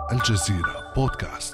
الجزيرة بودكاست.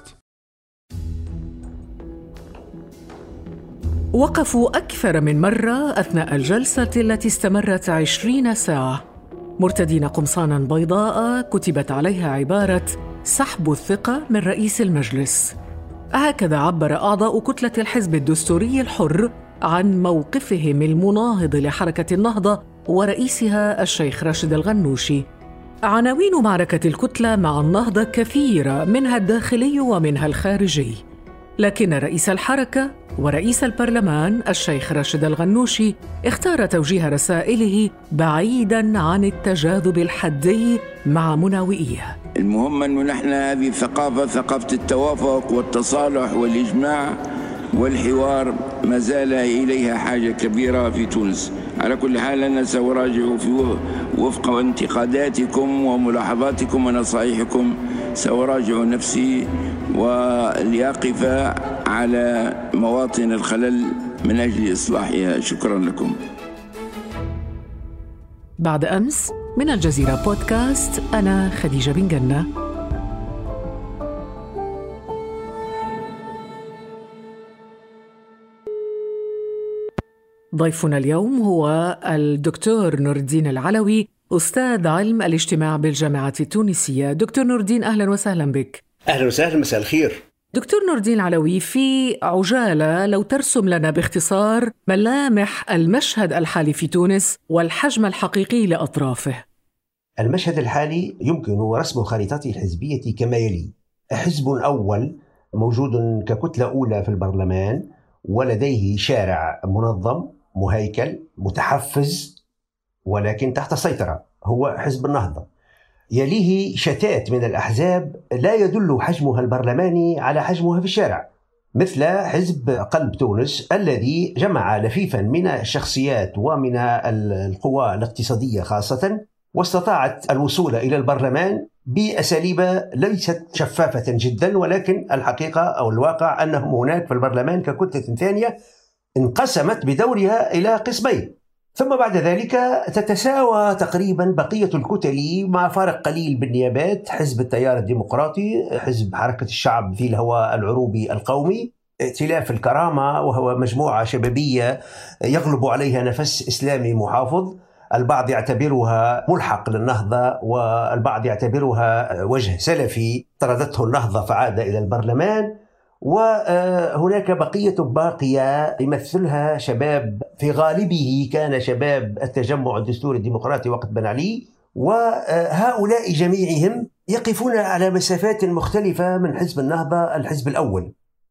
وقفوا أكثر من مرة أثناء الجلسة التي استمرت 20 ساعة مرتدين قمصاناً بيضاء كتبت عليها عبارة سحب الثقة من رئيس المجلس. هكذا عبر أعضاء كتلة الحزب الدستوري الحر عن موقفهم المناهض لحركة النهضة ورئيسها الشيخ راشد الغنوشي. عناوين معركة الكتلة مع النهضة كثيرة، منها الداخلي ومنها الخارجي، لكن رئيس الحركة ورئيس البرلمان الشيخ راشد الغنوشي اختار توجيه رسائله بعيداً عن التجاذب الحدي مع مناوئيه. المهم أنه نحن هذه ثقافة التوافق والتصالح والإجماع والحوار ما زال إليها حاجة كبيرة في تونس. على كل حال أنا سأراجع في وفق انتقاداتكم وملاحظاتكم ونصائحكم، سأراجع نفسي وليقف على مواطن الخلل من أجل إصلاحها. شكرا لكم. بعد أمس من الجزيرة بودكاست، أنا خديجة بن جنة. ضيفنا اليوم هو الدكتور نور الدين العلوي، أستاذ علم الاجتماع بالجامعة التونسية. دكتور نور الدين، أهلا وسهلا بك. أهلا وسهلا، مساء الخير. دكتور نور الدين العلوي، في عجالة لو ترسم لنا باختصار ملامح المشهد الحالي في تونس والحجم الحقيقي لأطرافه. المشهد الحالي يمكن رسم خريطته الحزبية كما يلي: حزب أول موجود ككتلة أولى في البرلمان، ولديه شارع منظم مهيكل متحفز ولكن تحت سيطرة، هو حزب النهضة. يليه شتات من الأحزاب لا يدل حجمها البرلماني على حجمها في الشارع، مثل حزب قلب تونس الذي جمع لفيفا من الشخصيات ومن القوى الاقتصادية خاصة، واستطاعت الوصول إلى البرلمان بأساليب ليست شفافة جدا، ولكن الحقيقة أو الواقع أنهم هناك في البرلمان ككتلة ثانية انقسمت بدورها إلى قسمين، ثم بعد ذلك تتساوى تقريبا بقية الكتل مع فارق قليل بالنيابات: حزب التيار الديمقراطي، حزب حركة الشعب ذي الهواء العروبي القومي، ائتلاف الكرامة وهو مجموعة شبابية يغلب عليها نفس إسلامي محافظ، البعض يعتبرها ملحق للنهضة والبعض يعتبرها وجه سلفي طردته النهضة فعاد إلى البرلمان، وهناك بقية باقية يمثلها شباب في غالبه كان شباب التجمع الدستوري الديمقراطي وقت بن علي، وهؤلاء جميعهم يقفون على مسافات مختلفة من حزب النهضة الحزب الأول،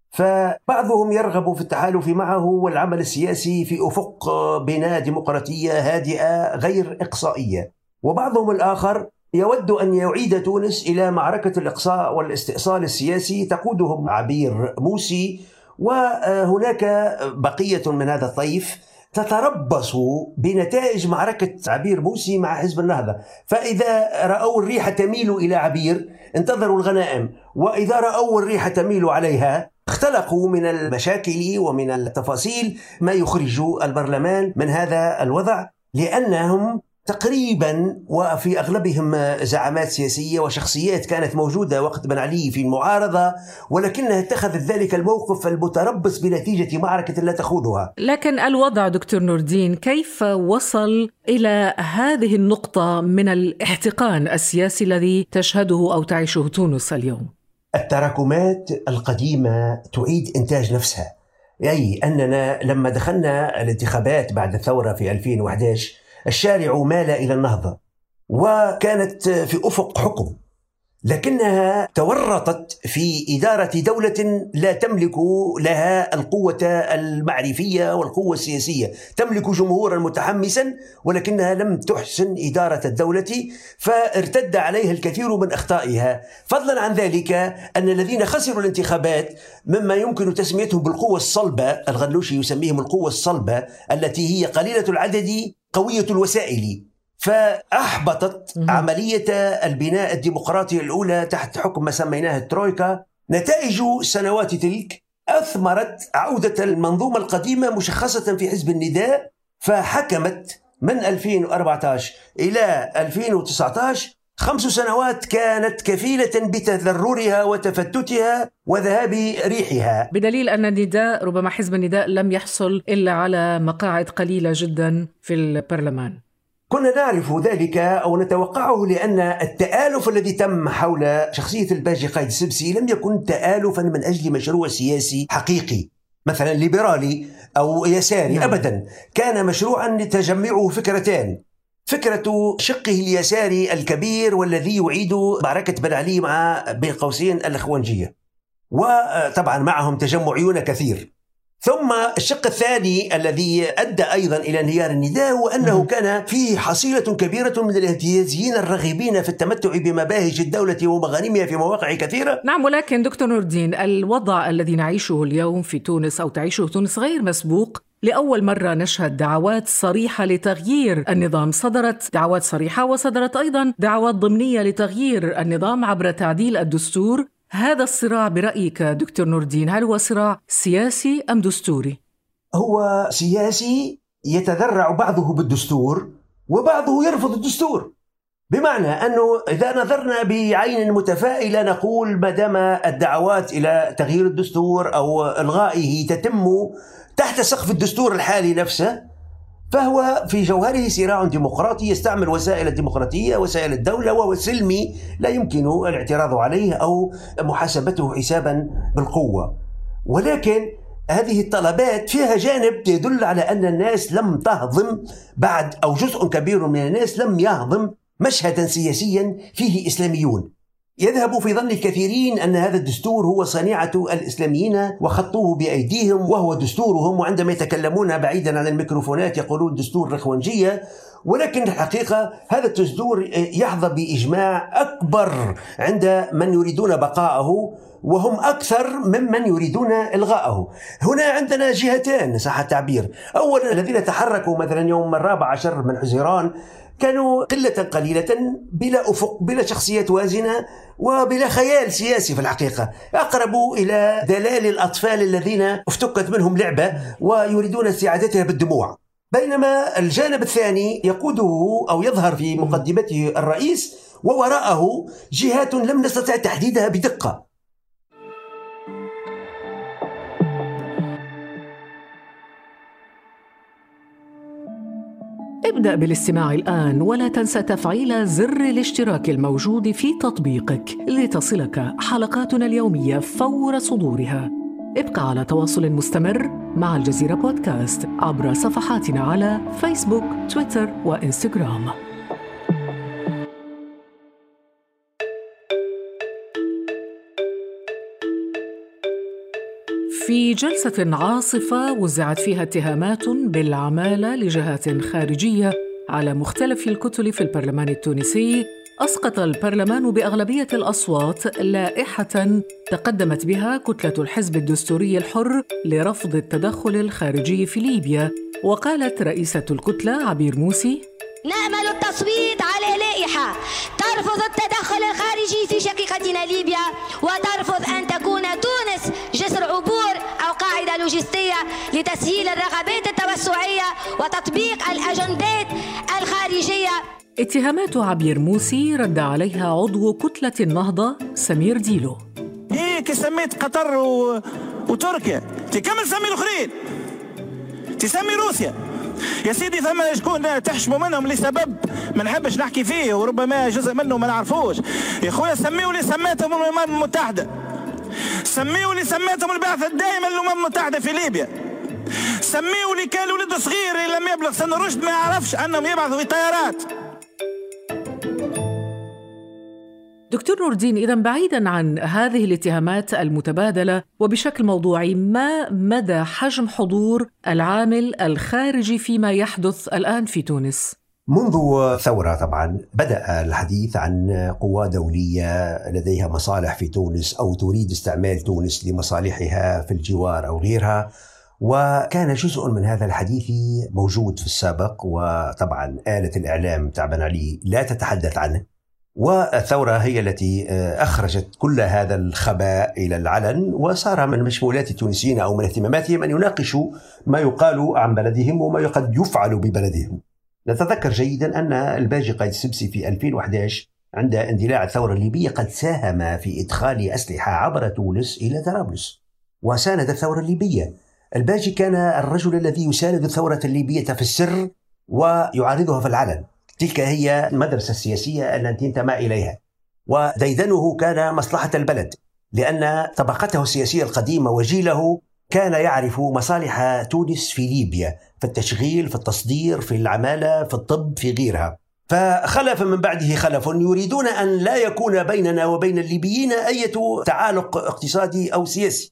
فبعضهم يرغب في التحالف معه والعمل السياسي في أفق بناء ديمقراطية هادئة غير إقصائية، وبعضهم الآخر يود أن يعيد تونس إلى معركة الإقصاء والاستئصال السياسي تقودهم عبير موسي، وهناك بقية من هذا الطيف تتربص بنتائج معركة عبير موسي مع حزب النهضة، فإذا رأوا الريح تميل إلى عبير انتظروا الغنائم، وإذا رأوا الريح تميل عليها اختلقوا من المشاكل ومن التفاصيل ما يخرج البرلمان من هذا الوضع، لأنهم تقريبا وفي أغلبهم زعامات سياسية وشخصيات كانت موجودة وقت بن علي في المعارضة، ولكنها اتخذت ذلك الموقف المتربص بنتيجة معركة لا تخوضها. لكن الوضع دكتور نور الدين كيف وصل إلى هذه النقطة من الاحتقان السياسي الذي تشهده أو تعيشه تونس اليوم؟ التراكمات القديمة تعيد إنتاج نفسها، أي أننا لما دخلنا الانتخابات بعد الثورة في 2011 الشارع مال إلى النهضة وكانت في أفق حكم، لكنها تورطت في إدارة دولة لا تملك لها القوة المعرفية والقوة السياسية، تملك جمهورا متحمسا ولكنها لم تحسن إدارة الدولة، فارتد عليها الكثير من أخطائها، فضلا عن ذلك أن الذين خسروا الانتخابات مما يمكن تسميتهم بالقوة الصلبة، الغنوشي يسميهم القوة الصلبة التي هي قليلة العدد قوية الوسائل، فأحبطت عملية البناء الديمقراطي الأولى تحت حكم ما سميناه الترويكا. نتائج سنوات تلك أثمرت عودة المنظومة القديمة مشخصة في حزب النداء، فحكمت من 2014 إلى 2019 5 سنوات كانت كفيلة بتذررها وتفتتها وذهاب ريحها، بدليل أن النداء ربما حزب النداء لم يحصل إلا على مقاعد قليلة جدا في البرلمان. كنا نعرف ذلك أو نتوقعه، لأن التآلف الذي تم حول شخصية الباجي قايد السبسي لم يكن تآلفا من أجل مشروع سياسي حقيقي مثلا ليبرالي أو يساري أبدا، كان مشروعا تجمعه فكرتان: فكرة شقه اليساري الكبير والذي يعيد معركة بن علي مع بين قوسين الإخوانجية، وطبعا معهم تجمعيون كثير. ثم الشق الثاني الذي أدى أيضا إلى انهيار النداء هو أنه كان فيه حصيلة كبيرة من الاهتزازيين الراغبين في التمتع بمباهج الدولة ومغانمها في مواقع كثيرة. نعم، ولكن دكتور نور الدين، الوضع الذي نعيشه اليوم في تونس أو تعيشه تونس غير مسبوق. لأول مرة نشهد دعوات صريحة لتغيير النظام، صدرت دعوات صريحة وصدرت أيضا دعوات ضمنية لتغيير النظام عبر تعديل الدستور. هذا الصراع برأيك دكتور نور الدين هل هو صراع سياسي أم دستوري؟ هو سياسي يتذرع بعضه بالدستور وبعضه يرفض الدستور، بمعنى أنه إذا نظرنا بعين متفائلة نقول ما دام الدعوات إلى تغيير الدستور أو إلغائه تتم تحت سقف الدستور الحالي نفسه، فهو في جوهره صراع ديمقراطي يستعمل وسائل الديمقراطية وسائل الدولة، وهو سلمي لا يمكن الاعتراض عليه أو محاسبته حسابا بالقوة. ولكن هذه الطلبات فيها جانب يدل على أن الناس لم تهضم بعد، أو جزء كبير من الناس لم يهضم مشهدا سياسيا فيه إسلاميون. يذهب في ظن الكثيرين أن هذا الدستور هو صنيعة الإسلاميين وخطوه بأيديهم وهو دستورهم، وعندما يتكلمون بعيدا عن الميكروفونات يقولون دستور الإخوانجية، ولكن الحقيقة هذا الدستور يحظى بإجماع أكبر عند من يريدون بقاءه وهم أكثر ممن يريدون إلغاءه. هنا عندنا جهتان صح التعبير. أولا الذين تحركوا مثلا يوم 14 من حزيران كانوا قلة قليلة بلا أفق، بلا شخصية وازنة وبلا خيال سياسي، في الحقيقة أقربوا إلى دلال الأطفال الذين افتكت منهم لعبة ويريدون استعادتها بالدموع. بينما الجانب الثاني يقوده أو يظهر في مقدمته الرئيس ووراءه جهات لم نستطع تحديدها بدقة. ابدأ بالاستماع الآن ولا تنسى تفعيل زر الاشتراك الموجود في تطبيقك لتصلك حلقاتنا اليومية فور صدورها. ابقى على تواصل مستمر مع الجزيرة بودكاست عبر صفحاتنا على فيسبوك، تويتر وإنستغرام. في جلسة عاصفة وزعت فيها اتهامات بالعمالة لجهات خارجية على مختلف الكتل في البرلمان التونسي، أسقط البرلمان بأغلبية الأصوات لائحة تقدمت بها كتلة الحزب الدستوري الحر لرفض التدخل الخارجي في ليبيا. وقالت رئيسة الكتلة عبير موسي: نأمل التصويت على لائحة ترفض التدخل الخارجي في شقيقتنا ليبيا، وترفض أن تكون تونس جسر عبور أو قاعدة لوجستية لتسهيل الرغبات التوسعية وتطبيق الأجندات الخارجية. اتهامات عبير موسي رد عليها عضو كتلة النهضة سمير ديلو: كي سميت قطر وتركيا تكمل سمي الآخرين، تسمي روسيا يا سيدي. ثم شكون تحشموا منهم لسبب ما نحبش نحكي فيه وربما جزء منه ما نعرفوش. يا خويا سميوا لي سميتهم الأمم المتحدة، سميوا لي سميتهم البعثة الدائمة للأمم المتحدة في ليبيا، سميوا لي كان ولد صغير لم يبلغ سن الرشد ما يعرفش أنهم يبعثوا في طيارات. دكتور نور الدين، إذن بعيداً عن هذه الاتهامات المتبادلة وبشكل موضوعي، ما مدى حجم حضور العامل الخارجي فيما يحدث الآن في تونس؟ منذ ثورة طبعا بدأ الحديث عن قوى دولية لديها مصالح في تونس أو تريد استعمال تونس لمصالحها في الجوار أو غيرها، وكان جزء من هذا الحديث موجود في السابق، وطبعا آلة الإعلام تاع بن علي لا تتحدث عنه، والثورة هي التي أخرجت كل هذا الخباء إلى العلن، وصار من مشمولات التونسيين أو من اهتماماتهم أن يناقشوا ما يقال عن بلدهم وما قد يفعل ببلدهم. نتذكر جيدا أن الباجي قايد السبسي في 2011 عند اندلاع الثورة الليبية قد ساهم في إدخال أسلحة عبر تونس إلى طرابلس وساند الثورة الليبية. الباجي كان الرجل الذي يساند الثورة الليبية في السر ويعارضها في العلن. تلك هي المدرسة السياسية التي انتمى إليها، وديدنه كان مصلحة البلد، لأن طبقته السياسية القديمة وجيله كان يعرف مصالح تونس في ليبيا، في التشغيل، في التصدير، في العمالة، في الطب، في غيرها. فخلف من بعده خلف يريدون أن لا يكون بيننا وبين الليبيين أي تعالق اقتصادي أو سياسي،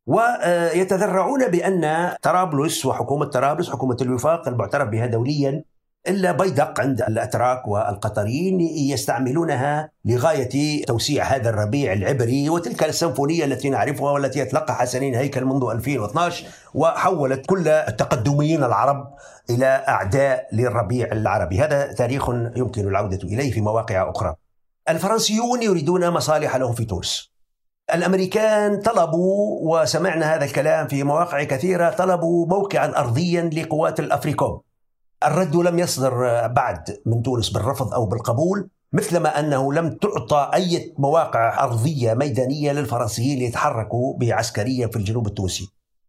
ويتذرعون بأن طرابلس وحكومة طرابلس، حكومة الوفاق المعترف بها دوليا، إلا بيدق عند الأتراك والقطريين، يستعملونها لغاية توسيع هذا الربيع العبري وتلك السيمفونية التي نعرفها والتي أطلقها حسنين هيكل منذ 2012 وحولت كل التقدميين العرب إلى أعداء للربيع العربي. هذا تاريخ يمكن العودة إليه في مواقع أخرى. الفرنسيون يريدون مصالح لهم في تونس. الأمريكان طلبوا، وسمعنا هذا الكلام في مواقع كثيرة، طلبوا موقعا أرضيا لقوات الأفريكوم. الرد لم يصدر بعد من تونس بالرفض أو بالقبول، مثلما أنه لم تعطى أي مواقع أرضية ميدانية للفرنسيين ليتحركوا بعسكريا في الجنوب التونسي.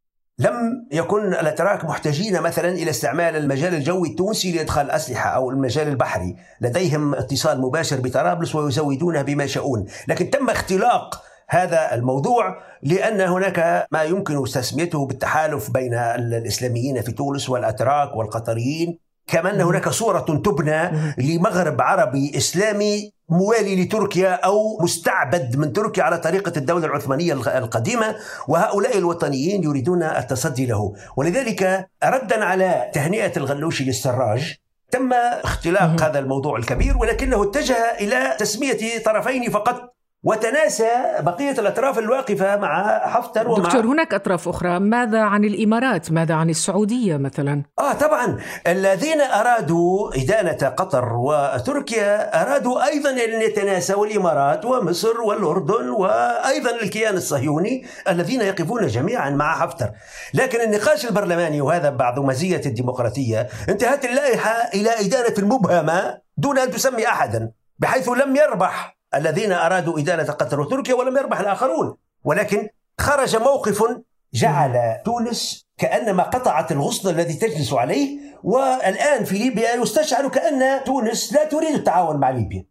لم يكن الأتراك محتاجين مثلا إلى استعمال المجال الجوي التونسي لإدخال أسلحة أو المجال البحري، لديهم اتصال مباشر بطرابلس ويزودونه بما يشاءون. لكن تم اختلاق هذا الموضوع لأن هناك ما يمكن تسميته بالتحالف بين الإسلاميين في تونس والأتراك والقطريين، كما أن هناك صورة تبنى لمغرب عربي إسلامي موالي لتركيا أو مستعبد من تركيا على طريقة الدولة العثمانية القديمة، وهؤلاء الوطنيين يريدون التصدي له. ولذلك ردا على تهنئة الغلوشي للسراج تم اختلاق هذا الموضوع الكبير، ولكنه اتجه إلى تسمية طرفين فقط وتناسى بقية الأطراف الواقفة مع حفتر ومع دكتور، هناك أطراف أخرى. ماذا عن الإمارات؟ ماذا عن السعودية مثلا؟ طبعا الذين أرادوا إدانة قطر وتركيا أرادوا أيضا أن يتناسوا الإمارات ومصر والأردن وأيضا الكيان الصهيوني الذين يقفون جميعا مع حفتر. لكن النقاش البرلماني، وهذا بعض مزية الديمقراطية، انتهت اللائحة إلى إدانة مبهمة دون أن تسمي أحدا، بحيث لم يربح الذين أرادوا إدانة قطر وتركيا ولم يربح الآخرون، ولكن خرج موقف جعل تونس كأنما قطعت الغصن الذي تجلس عليه، والآن في ليبيا يستشعر كأن تونس لا تريد التعاون مع ليبيا.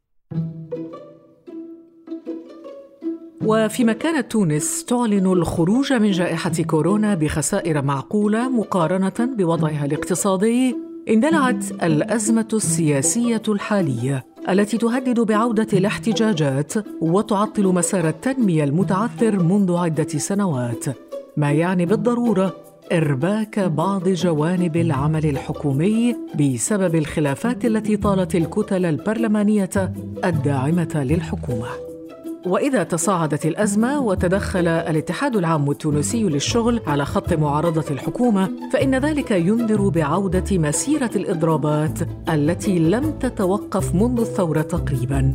وفيما كانت تونس تعلن الخروج من جائحة كورونا بخسائر معقولة مقارنة بوضعها الاقتصادي، اندلعت الأزمة السياسية الحالية التي تهدد بعودة الاحتجاجات وتعطل مسار التنمية المتعثر منذ عدة سنوات، ما يعني بالضرورة إرباك بعض جوانب العمل الحكومي بسبب الخلافات التي طالت الكتل البرلمانية الداعمة للحكومة. وإذا تصاعدت الأزمة وتدخل الاتحاد العام التونسي للشغل على خط معارضة الحكومة، فإن ذلك ينذر بعودة مسيرة الإضرابات التي لم تتوقف منذ الثورة تقريباً.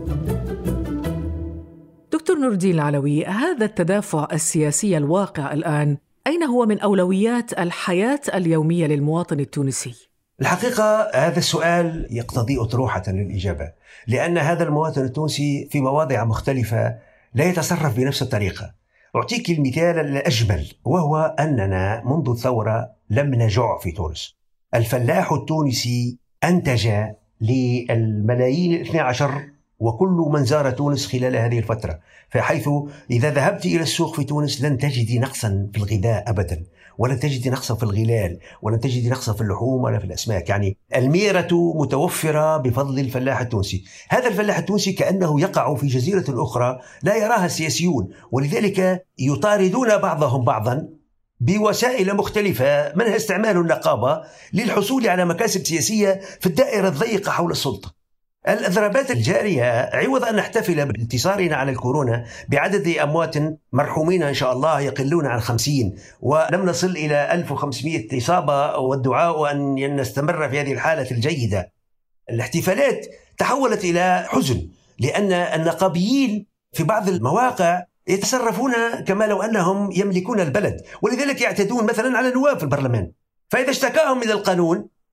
دكتور نور الدين العلوي، هذا التدافع السياسي الواقع الآن أين هو من أولويات الحياة اليومية للمواطن التونسي؟ الحقيقة هذا السؤال يقتضي أطروحة للإجابة، لأن هذا المواطن التونسي في مواضع مختلفة لا يتصرف بنفس الطريقة. أعطيك المثال الأجمل، وهو أننا منذ الثورة لم نجع في تونس. الفلاح التونسي أنتج للملايين 12 وكل من زار تونس خلال هذه الفترة، فحيث إذا ذهبت إلى السوق في تونس لن تجدي نقصا في الغذاء أبدا، ولن تجدي نقصا في الغلال، ولن تجدي نقصا في اللحوم ولا في الأسماك. يعني الميرة متوفرة بفضل الفلاح التونسي. هذا الفلاح التونسي كأنه يقع في جزيرة أخرى لا يراها السياسيون، ولذلك يطاردون بعضهم بعضا بوسائل مختلفة، منها استعمال النقابة للحصول على مكاسب سياسية في الدائرة الضيقة حول السلطة. الإضرابات الجارية، عوض أن نحتفل بانتصارنا على الكورونا بعدد أموات مرحومين إن شاء الله يقلون عن 50 ولم نصل إلى 1500 إصابة، والدعاء أن نستمر في هذه الحالة الجيدة، الاحتفالات تحولت إلى حزن، لأن النقابيين في بعض المواقع يتصرفون كما لو أنهم يملكون البلد، ولذلك يعتدون مثلا على نواب في البرلمان، فإذا اشتكاهم إلى القانون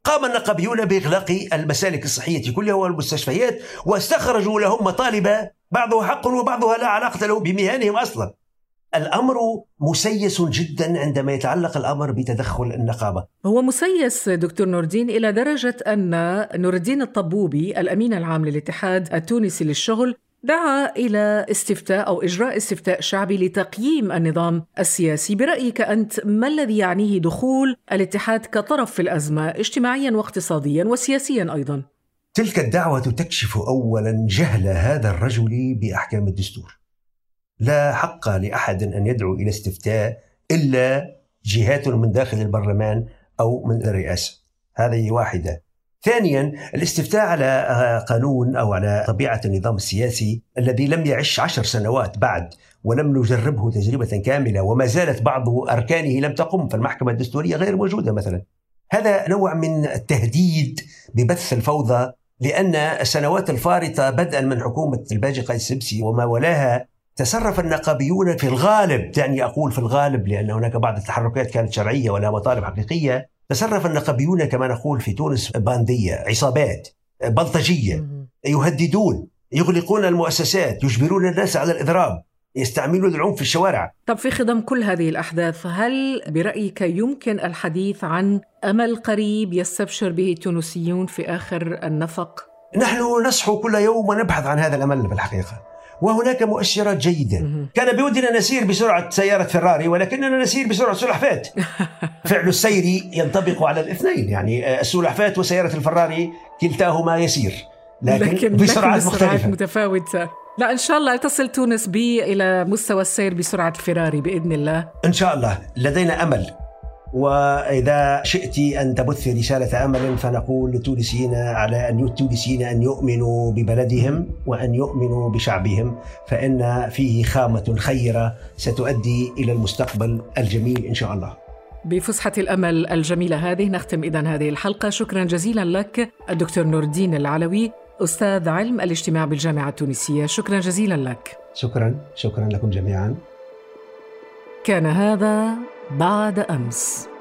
قام النقابيون بإغلاق المسالك الصحية كلها والمستشفيات، واستخرجوا لهم مطالب بعضها حق وبعضها لا علاقة له بمهنهم أصلا. الأمر مسيس جدا عندما يتعلق الأمر بتدخل النقابة. هو مسيس دكتور نور الدين إلى درجة أن نور الدين الطبوبي الأمين العام للاتحاد التونسي للشغل دعا إلى استفتاء أو إجراء استفتاء شعبي لتقييم النظام السياسي. برأيك أنت ما الذي يعنيه دخول الاتحاد كطرف في الأزمة اجتماعيا واقتصاديا وسياسيا أيضا؟ تلك الدعوة تكشف أولا جهل هذا الرجل بأحكام الدستور. لا حق لأحد أن يدعو إلى استفتاء إلا جهات من داخل البرلمان أو من الرئاسة، هذه واحدة. ثانيا، الاستفتاء على قانون أو على طبيعة النظام السياسي الذي لم يعش 10 سنوات بعد، ولم نجربه تجربة كاملة، وما زالت بعض أركانه لم تقم، فالمحكمة الدستورية غير موجودة مثلا. هذا نوع من التهديد ببث الفوضى، لأن السنوات الفارطة بدءا من حكومة الباجي قايس السبسي وما ولاها تصرف النقابيون في الغالب، يعني أقول في الغالب لأن هناك بعض التحركات كانت شرعية ولها مطالب حقيقية، تصرف النقابيون كما نقول في تونس باندية، عصابات بلطجية، يهددون، يغلقون المؤسسات، يجبرون الناس على الإضراب، يستعملون العنف في الشوارع. طب في خضم كل هذه الأحداث، هل برأيك يمكن الحديث عن أمل قريب يستبشر به التونسيون في آخر النفق؟ نحن نصحو كل يوم ونبحث عن هذا الأمل بالحقيقة، وهناك مؤشرات جيدة. كان بودنا نسير بسرعة سيارة فراري، ولكننا نسير بسرعة سلحفاة. فعل السير ينطبق على الاثنين، يعني السلحفاة وسيارة الفراري كلتاهما يسير، لكن بسرعات متفاوتة. لا، إن شاء الله تصل تونس إلى مستوى السير بسرعة الفراري بإذن الله. إن شاء الله لدينا أمل، وإذا شئت أن تبث رسالة أمل فنقول للتونسيين على التونسيين أن يؤمنوا ببلدهم وأن يؤمنوا بشعبهم، فإن فيه خامة خيرة ستؤدي إلى المستقبل الجميل إن شاء الله. بفسحة الأمل الجميلة هذه نختم إذن هذه الحلقة. شكرا جزيلا لك الدكتور نور الدين العلوي، أستاذ علم الاجتماع بالجامعة التونسية. شكرا جزيلا لك. شكرا لكم جميعا. كان هذا بعد أمس.